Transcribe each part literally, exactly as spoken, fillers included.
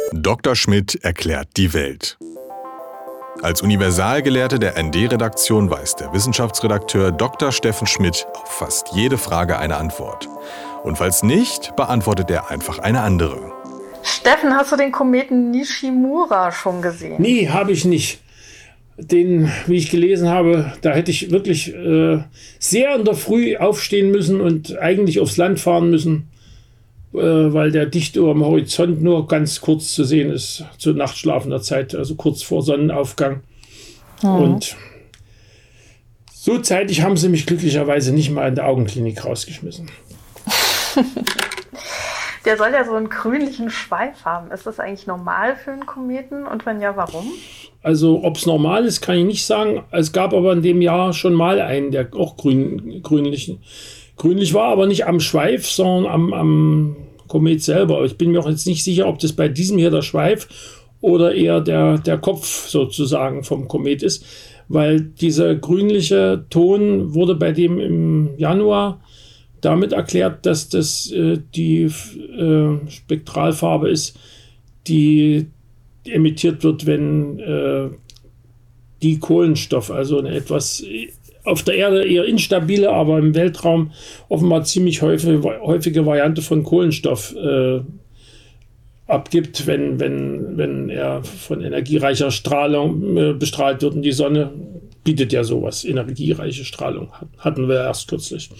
Doktor Schmidt erklärt die Welt. Als Universalgelehrte der N D-Redaktion weiß der Wissenschaftsredakteur Doktor Steffen Schmidt auf fast jede Frage eine Antwort. Und falls nicht, beantwortet er einfach eine andere. Steffen, hast du den Kometen Nishimura schon gesehen? Nee, habe ich nicht. Den, wie ich gelesen habe, da hätte ich wirklich äh, sehr in der Früh aufstehen müssen und eigentlich aufs Land fahren müssen, äh, weil der dicht über dem Horizont nur ganz kurz zu sehen ist, zu nachtschlafender Zeit, also kurz vor Sonnenaufgang. Mhm. Und so zeitig haben sie mich glücklicherweise nicht mal in der Augenklinik rausgeschmissen. Der soll ja so einen grünlichen Schweif haben. Ist das eigentlich normal für einen Kometen? Und wenn ja, warum? Also ob es normal ist, kann ich nicht sagen. Es gab aber in dem Jahr schon mal einen, der auch grün, grünlich, grünlich war, aber nicht am Schweif, sondern am, am Komet selber. Ich bin mir auch jetzt nicht sicher, ob das bei diesem hier der Schweif oder eher der, der Kopf sozusagen vom Komet ist, weil dieser grünliche Ton wurde bei dem im Januar damit erklärt, dass das äh, die äh, Spektralfarbe ist, die emittiert wird, wenn äh, die Kohlenstoff, also eine etwas auf der Erde eher instabile, aber im Weltraum offenbar ziemlich häufige, häufige Variante von Kohlenstoff äh, abgibt, wenn, wenn, wenn er von energiereicher Strahlung äh, bestrahlt wird. Und die Sonne bietet ja sowas, energiereiche Strahlung. Hatten wir erst kürzlich.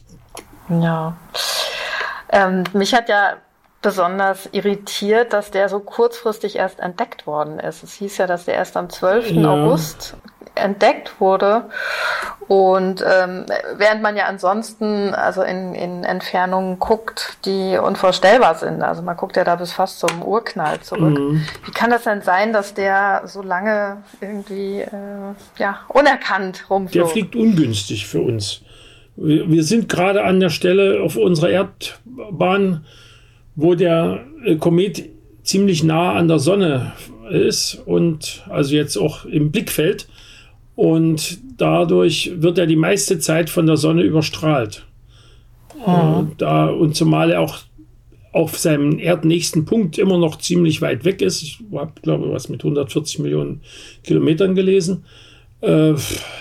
Ja, ähm, mich hat ja besonders irritiert, dass der so kurzfristig erst entdeckt worden ist. Es hieß ja, dass der erst am zwölften Ja. August entdeckt wurde. Und ähm, während man ja ansonsten also in, in Entfernungen guckt, die unvorstellbar sind. Also man guckt ja da bis fast zum Urknall zurück. Mhm. Wie kann das denn sein, dass der so lange irgendwie äh, ja, unerkannt rumflog? Der fliegt ungünstig für uns. Wir sind gerade an der Stelle auf unserer Erdbahn, wo der Komet ziemlich nah an der Sonne ist und also jetzt auch im Blickfeld. Und dadurch wird er die meiste Zeit von der Sonne überstrahlt. Mhm. Da, und zumal er auch auf seinem erdnächsten Punkt immer noch ziemlich weit weg ist. Ich habe, glaube ich, was mit hundertvierzig Millionen Kilometern gelesen. Äh,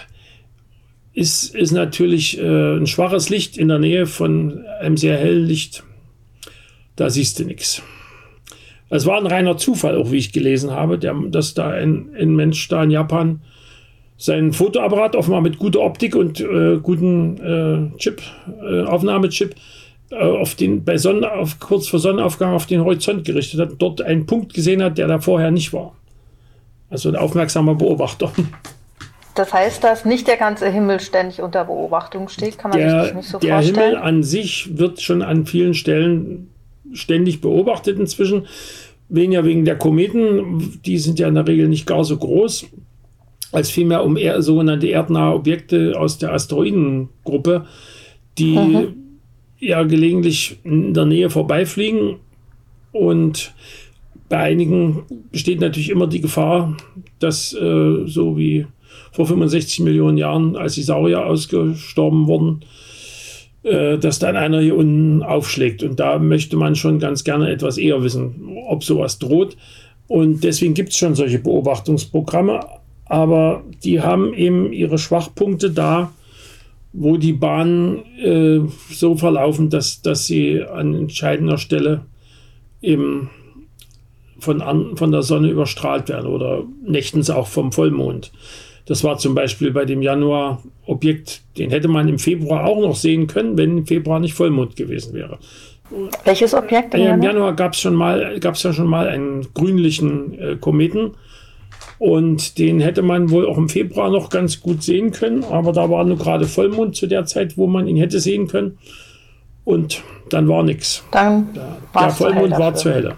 Ist, ist natürlich äh, ein schwaches Licht in der Nähe von einem sehr hellen Licht. Da siehst du nichts. Es war ein reiner Zufall, auch wie ich gelesen habe, der, dass da ein, ein Mensch da in Japan seinen Fotoapparat offenbar mit guter Optik und äh, guten äh, Chip, äh, Aufnahmechip äh, auf den, bei Sonnenauf, kurz vor Sonnenaufgang auf den Horizont gerichtet hat und dort einen Punkt gesehen hat, der da vorher nicht war. Also ein aufmerksamer Beobachter. Das heißt, dass nicht der ganze Himmel ständig unter Beobachtung steht? Kann man der, sich das nicht so der vorstellen? Der Himmel an sich wird schon an vielen Stellen ständig beobachtet inzwischen. Weniger wegen der Kometen, die sind ja in der Regel nicht gar so groß, als vielmehr um eher sogenannte erdnahe Objekte aus der Asteroidengruppe, die mhm. ja gelegentlich in der Nähe vorbeifliegen. Und bei einigen besteht natürlich immer die Gefahr, dass äh, so wie vor fünfundsechzig Millionen Jahren, als die Saurier ausgestorben wurden, äh, dass dann einer hier unten aufschlägt. Und da möchte man schon ganz gerne etwas eher wissen, ob sowas droht. Und deswegen gibt es schon solche Beobachtungsprogramme. Aber die haben eben ihre Schwachpunkte da, wo die Bahnen äh, so verlaufen, dass, dass sie an entscheidender Stelle eben von, an, von der Sonne überstrahlt werden oder nächtens auch vom Vollmond. Das war zum Beispiel bei dem Januar-Objekt, den hätte man im Februar auch noch sehen können, wenn im Februar nicht Vollmond gewesen wäre. Welches Objekt? Im Januar, Januar gab es schon mal, gab's ja schon mal einen grünlichen äh, Kometen und den hätte man wohl auch im Februar noch ganz gut sehen können, aber da war nur gerade Vollmond zu der Zeit, wo man ihn hätte sehen können und dann war nichts. Dann der Vollmond war zu helle.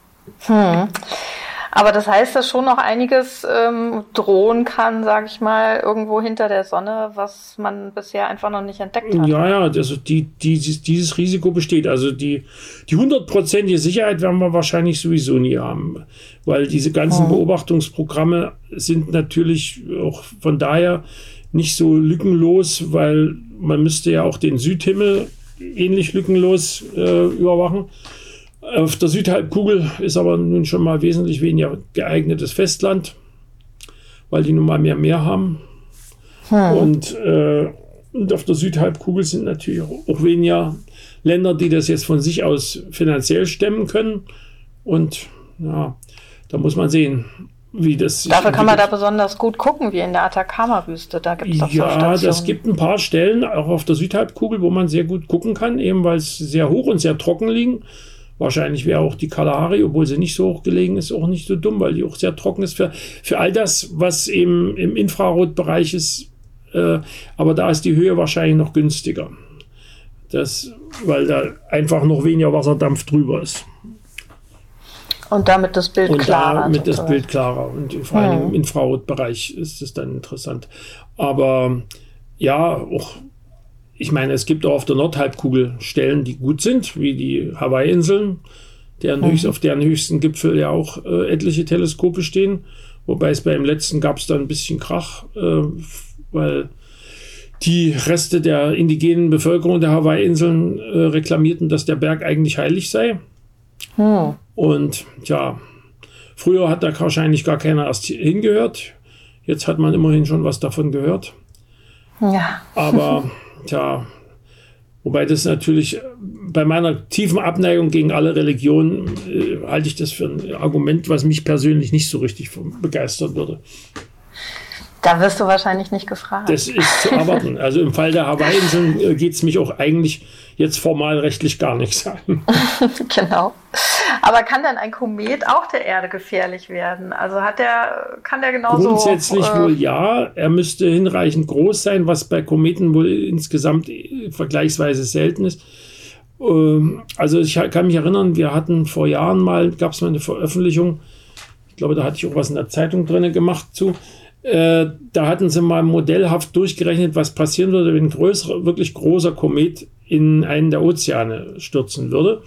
Hm. Aber das heißt, dass schon noch einiges ähm, drohen kann, sage ich mal, irgendwo hinter der Sonne, was man bisher einfach noch nicht entdeckt hat. Ja, ja, also die, die, dieses Risiko besteht. Also die, die hundertprozentige Sicherheit werden wir wahrscheinlich sowieso nie haben, weil diese ganzen hm. Beobachtungsprogramme sind natürlich auch von daher nicht so lückenlos, weil man müsste ja auch den Südhimmel ähnlich lückenlos äh, überwachen. Auf der Südhalbkugel ist aber nun schon mal wesentlich weniger geeignetes Festland, weil die nun mal mehr Meer haben. Hm. Und, äh, und auf der Südhalbkugel sind natürlich auch weniger Länder, die das jetzt von sich aus finanziell stemmen können. Und ja, da muss man sehen, wie das sich Dafür kann man da besonders gut gucken, wie in der Atacama-Wüste. Da gibt es doch so Ja, das gibt ein paar Stellen, auch auf der Südhalbkugel, wo man sehr gut gucken kann, eben weil es sehr hoch und sehr trocken liegen. Wahrscheinlich wäre auch die Kalahari, obwohl sie nicht so hoch gelegen ist, auch nicht so dumm, weil die auch sehr trocken ist für, für all das, was eben im Infrarotbereich ist. Äh, aber da ist die Höhe wahrscheinlich noch günstiger. Das, weil da einfach noch weniger Wasserdampf drüber ist. Und damit das Bild und klarer. Und damit das Bild klarer. Und vor allem hm. im Infrarotbereich ist es dann interessant. Aber ja, auch ich meine, es gibt auch auf der Nordhalbkugel Stellen, die gut sind, wie die Hawaii-Inseln, deren mhm. höchst, auf deren höchsten Gipfel ja auch äh, etliche Teleskope stehen. Wobei es beim letzten gab es da ein bisschen Krach, äh, weil die Reste der indigenen Bevölkerung der Hawaii-Inseln äh, reklamierten, dass der Berg eigentlich heilig sei. Mhm. Und ja, früher hat da wahrscheinlich gar keiner erst hingehört. Jetzt hat man immerhin schon was davon gehört. Ja. Aber tja, wobei das natürlich bei meiner tiefen Abneigung gegen alle Religionen äh, halte ich das für ein Argument, was mich persönlich nicht so richtig begeistern würde. Da wirst du wahrscheinlich nicht gefragt. Das ist zu erwarten. Also im Fall der Hawaii-Inseln äh, geht es mich auch eigentlich jetzt formal rechtlich gar nichts an. Genau. Aber kann dann ein Komet auch der Erde gefährlich werden? Also hat der, kann der genauso... Grundsätzlich äh, wohl ja. Er müsste hinreichend groß sein, was bei Kometen wohl insgesamt vergleichsweise selten ist. Ähm, also ich kann mich erinnern, wir hatten vor Jahren mal, gab es mal eine Veröffentlichung, ich glaube, da hatte ich auch was in der Zeitung drin gemacht zu, äh, da hatten sie mal modellhaft durchgerechnet, was passieren würde, wenn ein größer, wirklich großer Komet in einen der Ozeane stürzen würde.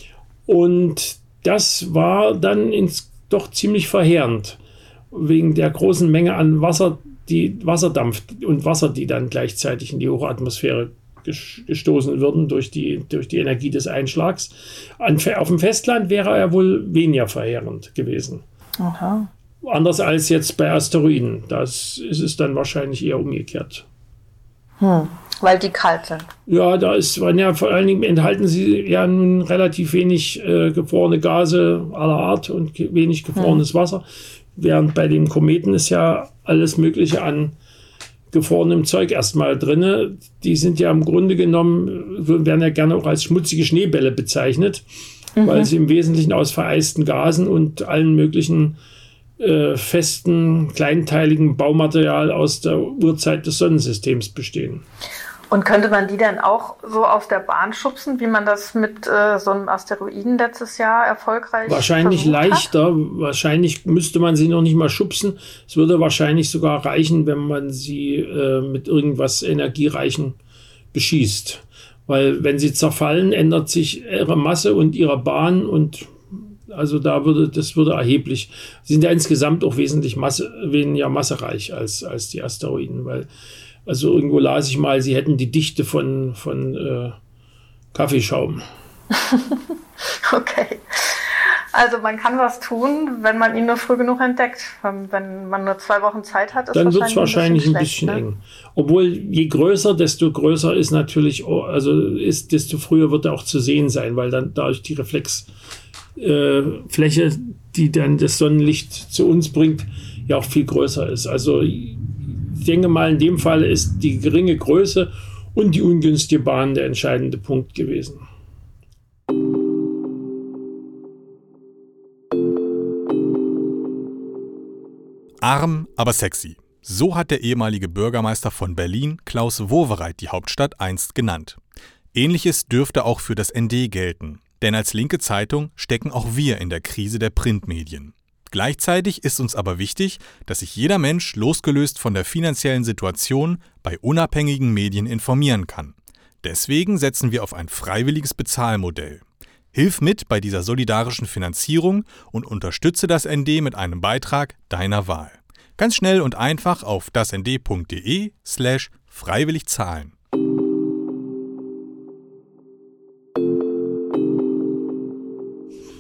Und das war dann ins, doch ziemlich verheerend, wegen der großen Menge an Wasser, die Wasserdampf und Wasser, die dann gleichzeitig in die Hochatmosphäre gestoßen würden durch die, durch die Energie des Einschlags. An, auf dem Festland wäre er wohl weniger verheerend gewesen. Aha. Anders als jetzt bei Asteroiden. Das ist es dann wahrscheinlich eher umgekehrt. Hm, weil die kalt sind. Ja, da ist, ja, vor allen Dingen enthalten sie ja nun relativ wenig äh, gefrorene Gase aller Art und ge- wenig gefrorenes hm. Wasser. Während bei den Kometen ist ja alles Mögliche an gefrorenem Zeug erstmal drin. Die sind ja im Grunde genommen, werden ja gerne auch als schmutzige Schneebälle bezeichnet, mhm. weil sie im Wesentlichen aus vereisten Gasen und allen möglichen äh, festen, kleinteiligen Baumaterial aus der Urzeit des Sonnensystems bestehen. Und könnte man die dann auch so aus der Bahn schubsen, wie man das mit äh, so einem Asteroiden letztes Jahr erfolgreich Wahrscheinlich leichter. Hat? Wahrscheinlich müsste man sie noch nicht mal schubsen. Es würde wahrscheinlich sogar reichen, wenn man sie äh, mit irgendwas Energiereichen beschießt. Weil wenn sie zerfallen, ändert sich ihre Masse und ihre Bahn und also da würde, das würde erheblich, sie sind ja insgesamt auch wesentlich Masse, weniger massereich als, als die Asteroiden, weil also irgendwo las ich mal, sie hätten die Dichte von, von äh, Kaffeeschaum. Okay. Also man kann was tun, wenn man ihn nur früh genug entdeckt. Wenn man nur zwei Wochen Zeit hat, ist dann wird es wahrscheinlich ein bisschen, bisschen, schlecht, eng. Ne? Obwohl je größer, desto größer ist natürlich, also ist, desto früher wird er auch zu sehen sein, weil dann dadurch die Reflexfläche, äh, die dann das Sonnenlicht zu uns bringt, ja auch viel größer ist. Also ich denke mal, in dem Fall ist die geringe Größe und die ungünstige Bahn der entscheidende Punkt gewesen. Arm, aber sexy. So hat der ehemalige Bürgermeister von Berlin, Klaus Wowereit, die Hauptstadt einst genannt. Ähnliches dürfte auch für das N D gelten. Denn als linke Zeitung stecken auch wir in der Krise der Printmedien. Gleichzeitig ist uns aber wichtig, dass sich jeder Mensch losgelöst von der finanziellen Situation bei unabhängigen Medien informieren kann. Deswegen setzen wir auf ein freiwilliges Bezahlmodell. Hilf mit bei dieser solidarischen Finanzierung und unterstütze das N D mit einem Beitrag deiner Wahl. Ganz schnell und einfach auf dasnd.de slash freiwillig zahlen.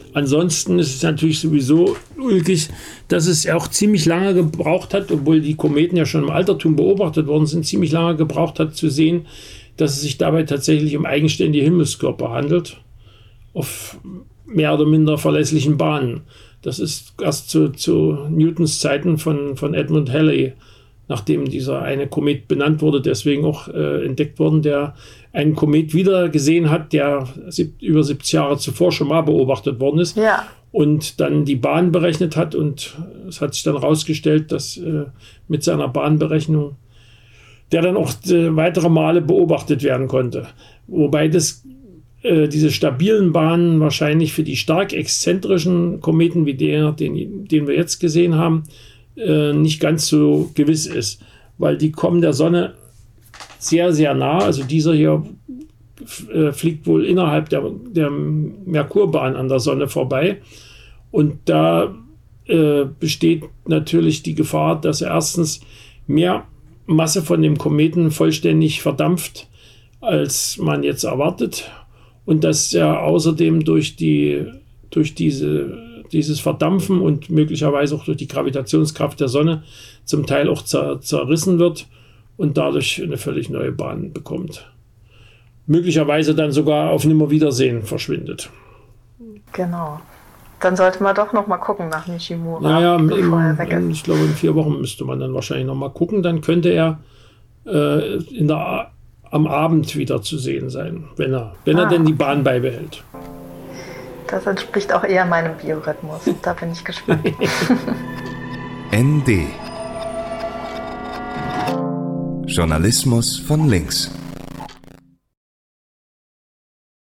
Ansonsten ist es natürlich sowieso ulkig, dass es auch ziemlich lange gebraucht hat, obwohl die Kometen ja schon im Altertum beobachtet worden sind, ziemlich lange gebraucht hat zu sehen, dass es sich dabei tatsächlich um eigenständige Himmelskörper handelt, auf mehr oder minder verlässlichen Bahnen. Das ist erst zu, zu Newtons Zeiten von, von Edmund Halley, nachdem dieser eine Komet benannt wurde, deswegen auch äh, entdeckt worden, der einen Komet wieder gesehen hat, der sieb, über siebzig Jahre zuvor schon mal beobachtet worden ist. Ja. Und dann die Bahn berechnet hat. Und es hat sich dann herausgestellt, dass äh, mit seiner Bahnberechnung der dann auch äh, weitere Male beobachtet werden konnte. Wobei das, äh, diese stabilen Bahnen wahrscheinlich für die stark exzentrischen Kometen wie der, den, den wir jetzt gesehen haben, äh, nicht ganz so gewiss ist. Weil die kommen der Sonne sehr, sehr nah. Also dieser hier äh, fliegt wohl innerhalb der, der Merkurbahn an der Sonne vorbei. Und da äh, besteht natürlich die Gefahr, dass er erstens mehr Masse von dem Kometen vollständig verdampft, als man jetzt erwartet. Und dass er außerdem durch, die, durch diese, dieses Verdampfen und möglicherweise auch durch die Gravitationskraft der Sonne zum Teil auch zer, zerrissen wird und dadurch eine völlig neue Bahn bekommt. Möglicherweise dann sogar auf Nimmerwiedersehen verschwindet. Genau. Dann sollte man doch noch mal gucken nach Nishimura. Naja, im, ich glaube, in vier Wochen müsste man dann wahrscheinlich noch mal gucken. Dann könnte er äh, in der, am Abend wieder zu sehen sein, wenn er, wenn ah. er denn die Bahn beibehält. Das entspricht auch eher meinem Biorhythmus. Da bin ich gespannt. N D Journalismus von links.